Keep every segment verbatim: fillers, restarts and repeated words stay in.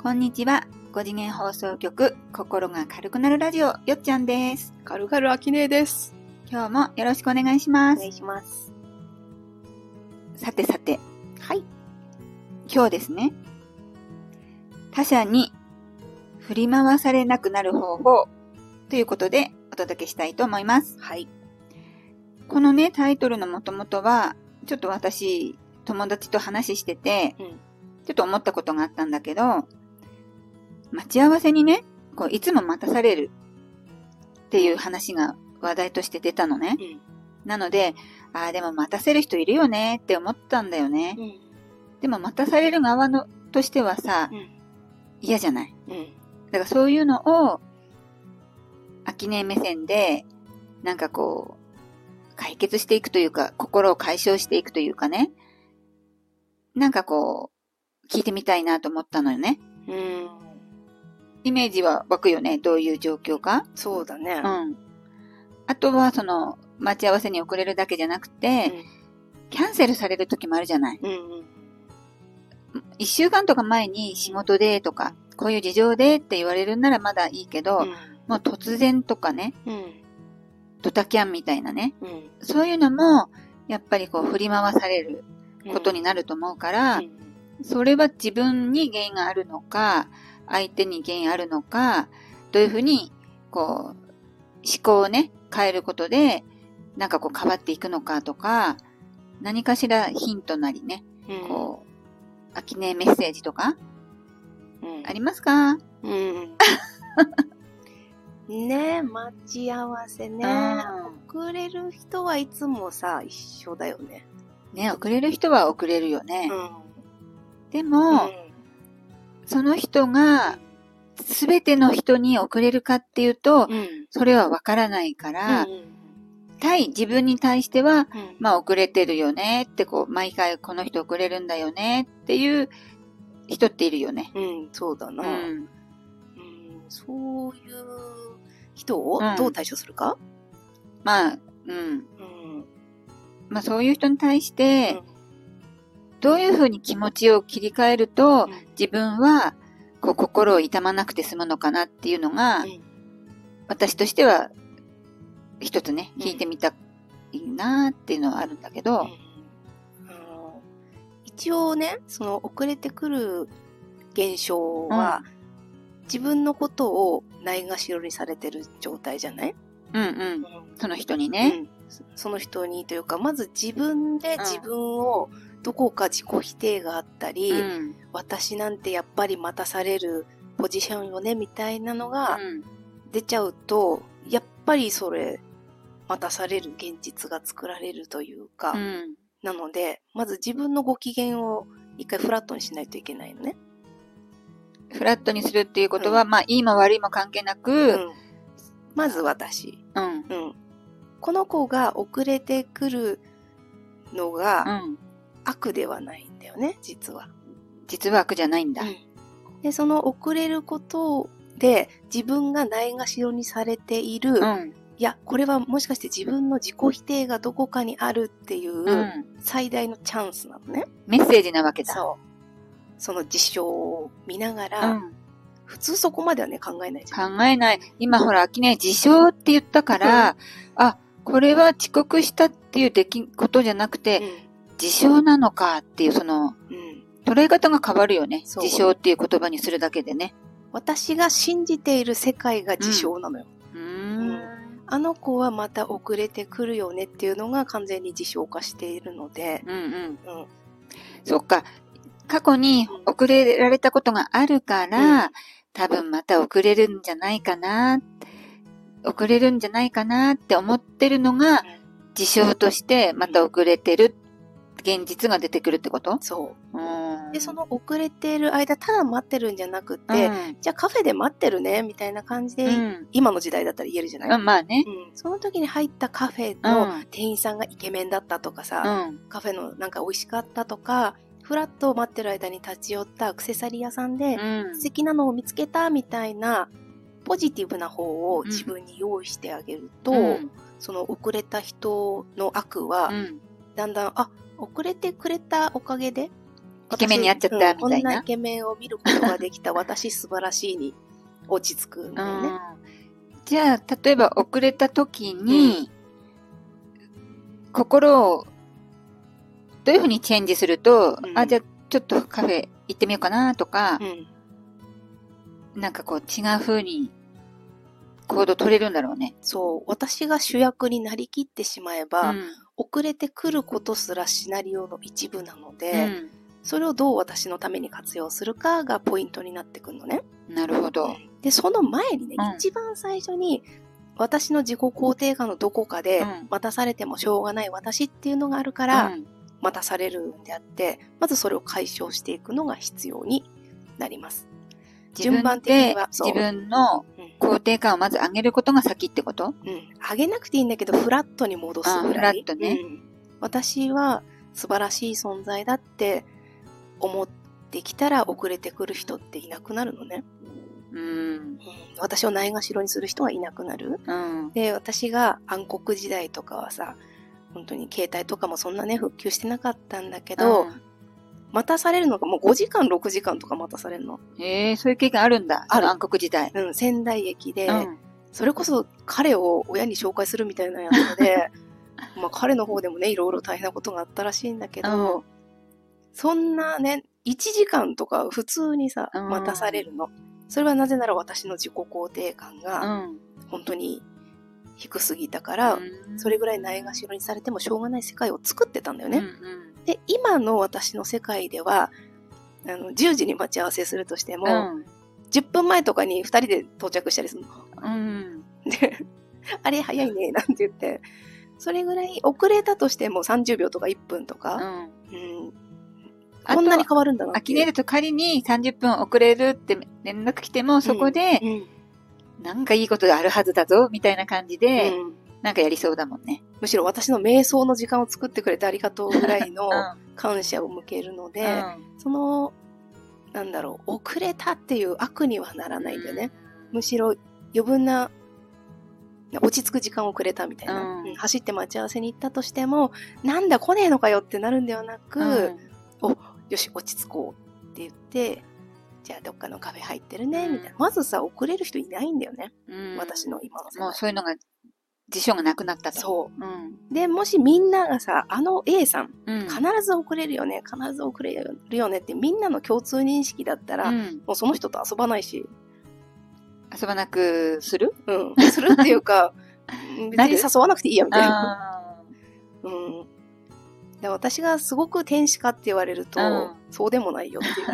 こんにちは。ご次元放送局心が軽くなるラジオよっちゃんです。 軽々あきねえです。 今日もよろしくお願いします。 お願いします。 さてさて、 はい。 今日ですね、他者に振り回されなくなる方法ということでお届けしたいと思います。 はい。このね、タイトルのもともとはちょっと私友達と話してて、うん、ちょっと思ったことがあったんだけど、待ち合わせにね、こういつも待たされるっていう話が話題として出たのね。うん、なので、ああでも待たせる人いるよねって思ったんだよね。うん、でも待たされる側のとしてはさ、うん、嫌じゃない。うん、だからそういうのをアキネ目線でなんかこう解決していくというか、心を解消していくというかね、なんかこう聞いてみたいなと思ったのよね。うん、イメージは湧くよね。どういう状況か。 そうだね。 うん。あとはその待ち合わせに遅れるだけじゃなくて、うん、キャンセルされる時もあるじゃない。うんうん、一週間とか前に仕事でとか、こういう事情でって言われるならまだいいけど、うん、もう突然とかね、うん、ドタキャンみたいなね、うん、そういうのもやっぱりこう振り回されることになると思うから、うんうん、それは自分に原因があるのか、相手に原因あるのか、どういうふうにこう思考をね変えることでなんかこう変わっていくのかとか、何かしらヒントなりね、うん、こうアキネメッセージとか、うん、ありますか？うん。 ねえ、待ち合わせね、うん。遅れる人はいつもさ一緒だよね。 ね、遅れる人は遅れるよね。うん、でも、うん、その人がすべての人に遅れるかっていうと、うん、それはわからないから、うんうん、対自分に対しては、うん、まあ遅れてるよねってこう毎回この人遅れるんだよねっていう人っているよね。 うん、そうだな。うんうん、そういう人をどう対処するか？うん、 まあ、うん、うん、まあそういう人に対して、うん、どういうふうに気持ちを切り替えると、うん、自分はこう心を痛まなくて済むのかなっていうのが、うん、私としては一つね、聞いてみたいなっていうのはあるんだけど、うん、 あの一応ね、その遅れてくる現象は、うん、自分のことをないがしろにされてる状態じゃない？ うんうん。うん、その人にね、うん。 その人にというか、まず自分で自分を、どこか自己否定があったり、うん、私なんてやっぱり待たされるポジションよねみたいなのが出ちゃうと、うん、やっぱりそれ待たされる現実が作られるというか、うん、なのでまず自分のご機嫌を一回フラットにしないといけないのね。 フラットにするっていうことは、うん、まあいいも悪いも関係なく、うん、 まず私、うんうん、この子が遅れてくるのが、うん、悪ではないんだよね、実は。 実は悪じゃないんだ。うん、 で、その遅れることで自分がないがしろにされている、うん、いや、これはもしかして自分の自己否定がどこかにあるっていう最大のチャンスなのね。 メッセージなわけだ。 そう。その事象を見ながら、うん、普通そこまではね、考えないじゃん。 考えない。今ほら、秋ね、事象って言ったから、うん、あ、これは遅刻したっていう出来事じゃなくて、うん、事象なのかっていうその、うん、捉え方が変わるよね。事象っていう言葉にするだけでね。 私が信じている世界が事象なのよ。うんうん、あの子はまた遅れてくるよねっていうのが完全に事象化しているので。うんうんうん、 そっか。過去に遅れられたことがあるから、うん、多分また遅れるんじゃないかな、遅れるんじゃないかなって思ってるのが、事象としてまた遅れてる現実が出てくるってこと？ そう。うん、で、その遅れてる間、ただ待ってるんじゃなくて、うん、じゃあカフェで待ってるね、みたいな感じで、うん、今の時代だったら言えるじゃない？ うん、まあね、 うん。その時に入ったカフェの店員さんがイケメンだったとかさ、うん、カフェのなんか美味しかったとか、フラッと待ってる間に立ち寄ったアクセサリー屋さんで、うん、素敵なのを見つけたみたいなポジティブな方を自分に用意してあげると、うん、その遅れた人の悪は、うん、だんだんあ遅れてくれたおかげでイケメンにやっちゃったみたいな、うん、 こんなイケメンを見ることができた私素晴らしいに落ち着くんだよね。うん、 じゃあ例えば遅れた時に、うん、心をどういうふうにチェンジすると、うん、あ、じゃあちょっとカフェ行ってみようかなとか、うん、なんかこう違うふうに行動取れるんだろうね。 そう。私が主役になりきってしまえば、うん、遅れてくることすらシナリオの一部なので、うん、それをどう私のために活用するかがポイントになってくるのね。 なるほど。 で、その前にね、うん、一番最初に、私の自己肯定感のどこかで、待たされてもしょうがない私っていうのがあるから、うん、待たされるんであって、まずそれを解消していくのが必要になります。 順番的には自分の肯定感をまず上げることが先ってこと？ うん。上げなくていいんだけど、フラットに戻すぐらい。 フラットね、 うん。私は素晴らしい存在だって思ってきたら遅れてくる人っていなくなるのね。うんうん、私をないがしろにする人はいなくなる、うん、で、私が暗黒時代とかはさ、本当に携帯とかもそんなね復旧してなかったんだけど、うん、待たされるのがもうごじかんろくじかんとか待たされるの。 へえー、そういう経験あるんだ。ある。暗黒時代。 うん、仙台駅で、うん、それこそ彼を親に紹介するみたいなやつでまあ彼の方でもねいろいろ大変なことがあったらしいんだけど、うん、そんなねいちじかんとか普通にさ待たされるの、うん、それはなぜなら私の自己肯定感が本当に低すぎたから、うん、それぐらいないがしろにされてもしょうがない世界を作ってたんだよね、うんうん、で今の私の世界ではあのじゅうじに待ち合わせするとしても、うん、じゅっぷんまえとかにふたりで到着したりするの、うん、であれ早いねなんて言ってそれぐらい遅れたとしてもさんじゅうびょうとかいっぷんとか、うんうん、こんなに変わるんだなって。 秋音ると仮にさんじゅっぷん遅れるって連絡来てもそこで、うんうん、なんかいいことがあるはずだぞみたいな感じで、うん、なんかやりそうだもんね。 むしろ私の瞑想の時間を作ってくれてありがとうぐらいの感謝を向けるので、うん、そのなんだろう遅れたっていう悪にはならないんだよね、うん、むしろ余分な落ち着く時間をくれたみたいな、うん、走って待ち合わせに行ったとしてもなんだ来ねえのかよってなるんではなく、うん、およし落ち着こうって言ってじゃあどっかのカフェ入ってるね、うん、みたいなまずさ遅れる人いないんだよね、うん、私の今の世代もうそういうのが事象がなくなったとそう、うん、でもしみんながさあの A さん、うん、必ず遅れるよね必ず遅れるよねってみんなの共通認識だったら、うん、もうその人と遊ばないし遊ばなくする？ うん。するっていうか、別に誘わなくていいやみたいな。うん。で私がすごく天使かって言われると、うん、そうでもないよっていう。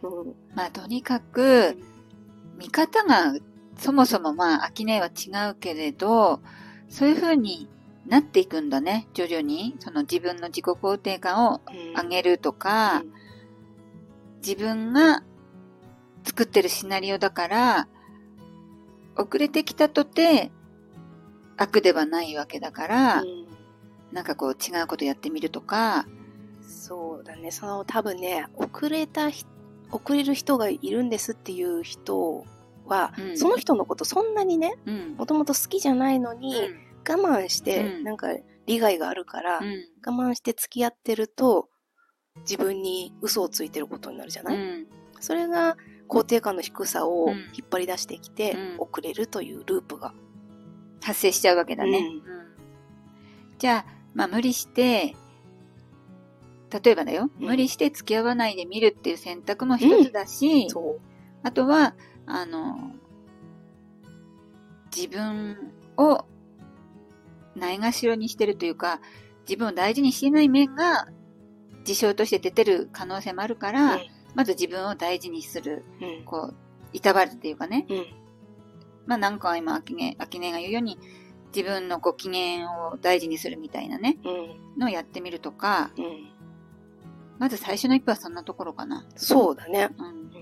うん、まあとにかく、見方がそもそもまあ秋音は違うけれど、そういう風になっていくんだね。徐々に。その自分の自己肯定感を上げるとか、うん、自分が作ってるシナリオだから、遅れてきたとて悪ではないわけだから、うん、なんかこう違うことやってみるとか。 そうだね、その多分ね、遅れた、遅れる人がいるんですっていう人は、うん、その人のことそんなにね、もともと好きじゃないのに、うん、我慢して、うん、なんか利害があるから、うん、我慢して付き合ってると、自分に嘘をついてることになるじゃない、うん、それが、肯定感の低さを引っ張り出してきて、うん、遅れるというループが発生しちゃうわけだね、うんうん、じゃあ、まあ無理して例えばだよ、うん、無理して付き合わないでみるっていう選択も一つだし、うん、そうあとはあの自分をないがしろにしてるというか自分を大事にしてない面が事象として出てる可能性もあるから、うんまず自分を大事にする、うん、こう、いたわるっていうかね。うん、まあなんか今、秋音、秋音が言うように、自分のこう機嫌を大事にするみたいなね、うん、のをやってみるとか、うん、まず最初の一歩はそんなところかな。 そうだね。うん、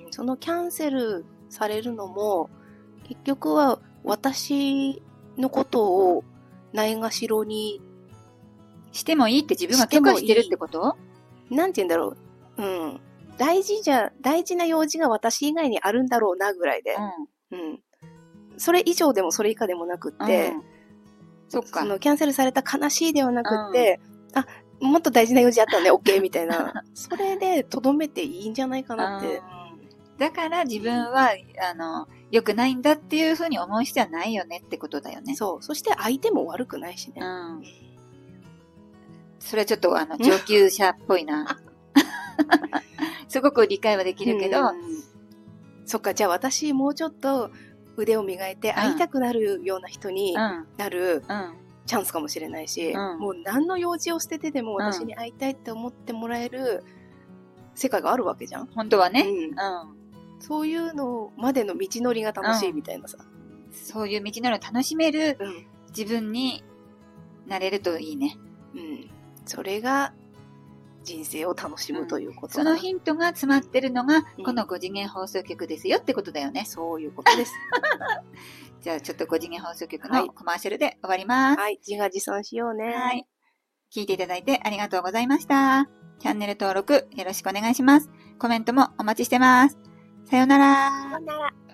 そのキャンセルされるのも、結局は私のことをないがしろにしてもいいって自分が許可してるってこと？ なんて言うんだろう。うん。大事じゃ、大事な用事が私以外にあるんだろうなぐらいで。うん。うん。それ以上でもそれ以下でもなくって、うん、そっか。そのキャンセルされた悲しいではなくって、うん、あ、 もっと大事な用事あったらね、OK みたいな。それでとどめていいんじゃないかなって。 だから自分は、あの、良くないんだっていうふうに思う必要はないよねってことだよね。 そう。そして相手も悪くないしね。うん。 それはちょっとあの、上級者っぽいな。すごく理解はできるけど、うん、 そっか、じゃあ私もうちょっと腕を磨いて会いたくなるような人になるチャンスかもしれないし、うんうん、もう何の用事を捨ててでも私に会いたいって思ってもらえる世界があるわけじゃん。 本当はね。うんうん、そういうのまでの道のりが楽しいみたいなさ。 うん、そういう道のりを楽しめる自分になれるといいね。 うん。それが人生を楽しむということ、うん、 そのヒントが詰まってるのが、このご次元放送局ですよってことだよね。 うん、そういうことです。 じゃあちょっとご次元放送局のコマーシャルで終わります。 はい。自画自賛しようね。 はい。聞いていただいてありがとうございました。チャンネル登録よろしくお願いします。コメントもお待ちしてます。さようなら。 さようなら。